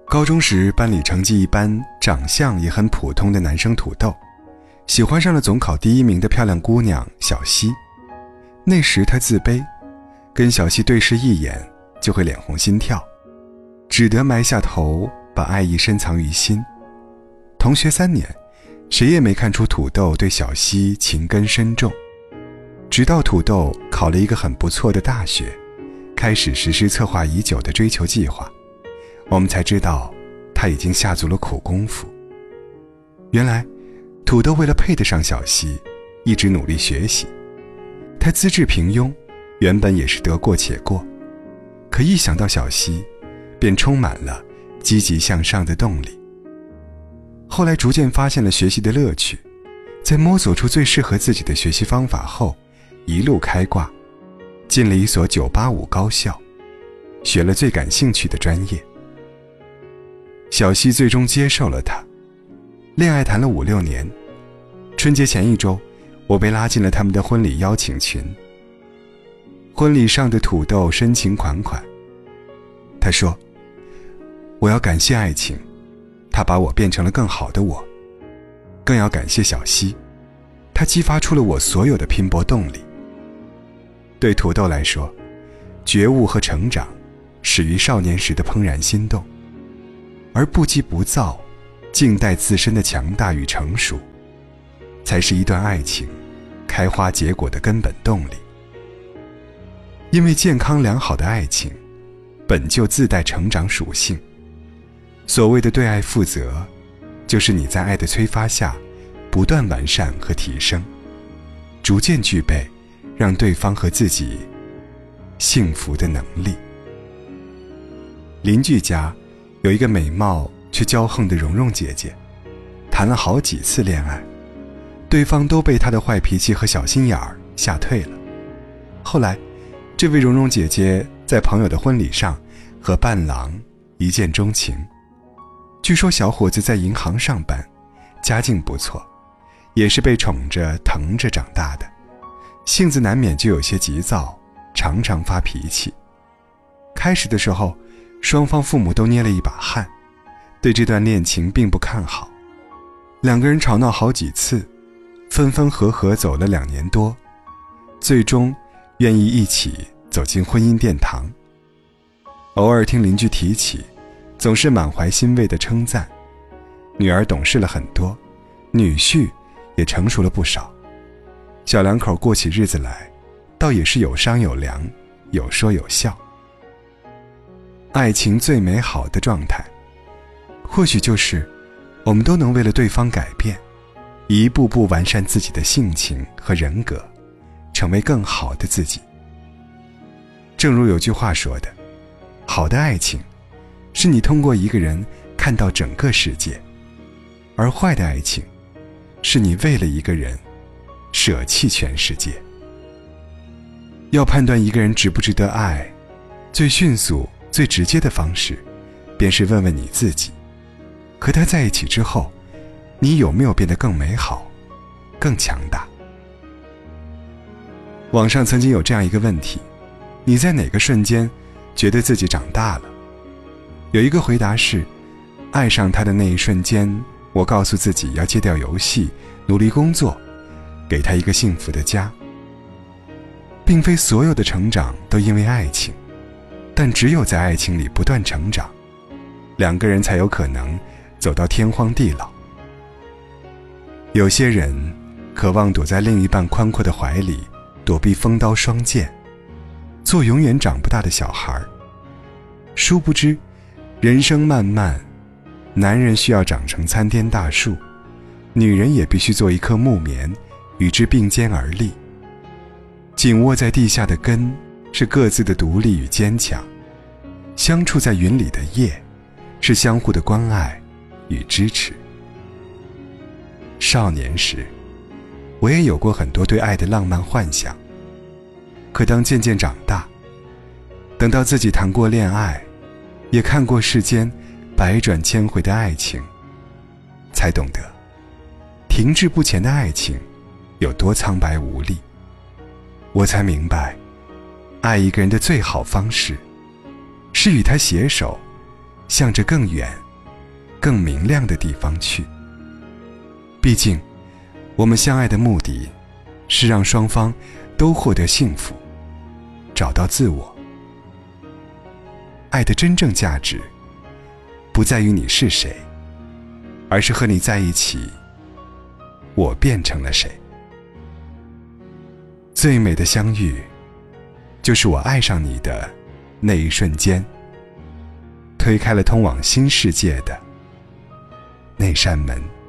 高中时班里成绩一般，长相也很普通的男生土豆，喜欢上了总考第1名的漂亮姑娘小西。那时他自卑，跟小西对视一眼就会脸红心跳，只得埋下头把爱意深藏于心。同学3年，谁也没看出土豆对小西情根深重，直到土豆考了一个很不错的大学，开始实施策划已久的追求计划，我们才知道他已经下足了苦功夫。原来土豆为了配得上小西，一直努力学习。他资质平庸，原本也是得过且过，可一想到小西，便充满了积极向上的动力。后来逐渐发现了学习的乐趣，在摸索出最适合自己的学习方法后，一路开挂，进了一所985高校，学了最感兴趣的专业。小西最终接受了他，恋爱谈了5、6年。春节前1周，我被拉进了他们的婚礼邀请群。婚礼上的土豆深情款款，他说：“我要感谢爱情，它把我变成了更好的我，更要感谢小西，它激发出了我所有的拼搏动力。”对土豆来说，觉悟和成长始于少年时的怦然心动，而不急不躁，静待自身的强大与成熟，才是一段爱情开花结果的根本动力。因为健康良好的爱情本就自带成长属性，所谓的对爱负责，就是你在爱的催发下不断完善和提升，逐渐具备让对方和自己幸福的能力。邻居家有一个美貌却骄横的蓉蓉姐姐，谈了好几次恋爱，对方都被她的坏脾气和小心眼儿吓退了。后来这位蓉蓉姐姐在朋友的婚礼上和伴郎一见钟情。据说小伙子在银行上班，家境不错，也是被宠着疼着长大的，性子难免就有些急躁，常常发脾气。开始的时候，双方父母都捏了一把汗，对这段恋情并不看好。2个人吵闹好几次，分分合合走了2年多，最终愿意一起走进婚姻殿堂。偶尔听邻居提起，总是满怀欣慰的称赞，女儿懂事了很多，女婿也成熟了不少，小两口过起日子来倒也是有商有量，有说有笑。爱情最美好的状态，或许就是我们都能为了对方改变，一步步完善自己的性情和人格，成为更好的自己。正如有句话说的，好的爱情是你通过一个人看到整个世界，而坏的爱情是你为了一个人舍弃全世界。要判断一个人值不值得爱，最迅速最直接的方式便是问问你自己，和他在一起之后，你有没有变得更美好，更强大？网上曾经有这样一个问题，你在哪个瞬间觉得自己长大了？有一个回答是，爱上他的那一瞬间，我告诉自己要戒掉游戏，努力工作，给他一个幸福的家。并非所有的成长都因为爱情，但只有在爱情里不断成长，2个人才有可能走到天荒地老。有些人渴望躲在另一半宽阔的怀里，躲避风刀霜剑，做永远长不大的小孩。殊不知人生漫漫，男人需要长成参天大树，女人也必须做一棵木棉，与之并肩而立。紧握在地下的根是各自的独立与坚强，相处在云里的叶是相互的关爱与支持。少年时，我也有过很多对爱的浪漫幻想，可当渐渐长大，等到自己谈过恋爱，也看过世间百转千回的爱情，才懂得停滞不前的爱情有多苍白无力。我才明白，爱一个人的最好方式是与他携手， 向着更远、更明亮的地方去。毕竟，我们相爱的目的是让双方都获得幸福，找到自我。爱的真正价值，不在于你是谁，而是和你在一起，我变成了谁。最美的相遇，就是我爱上你的那一瞬间，推开了通往新世界的那扇门。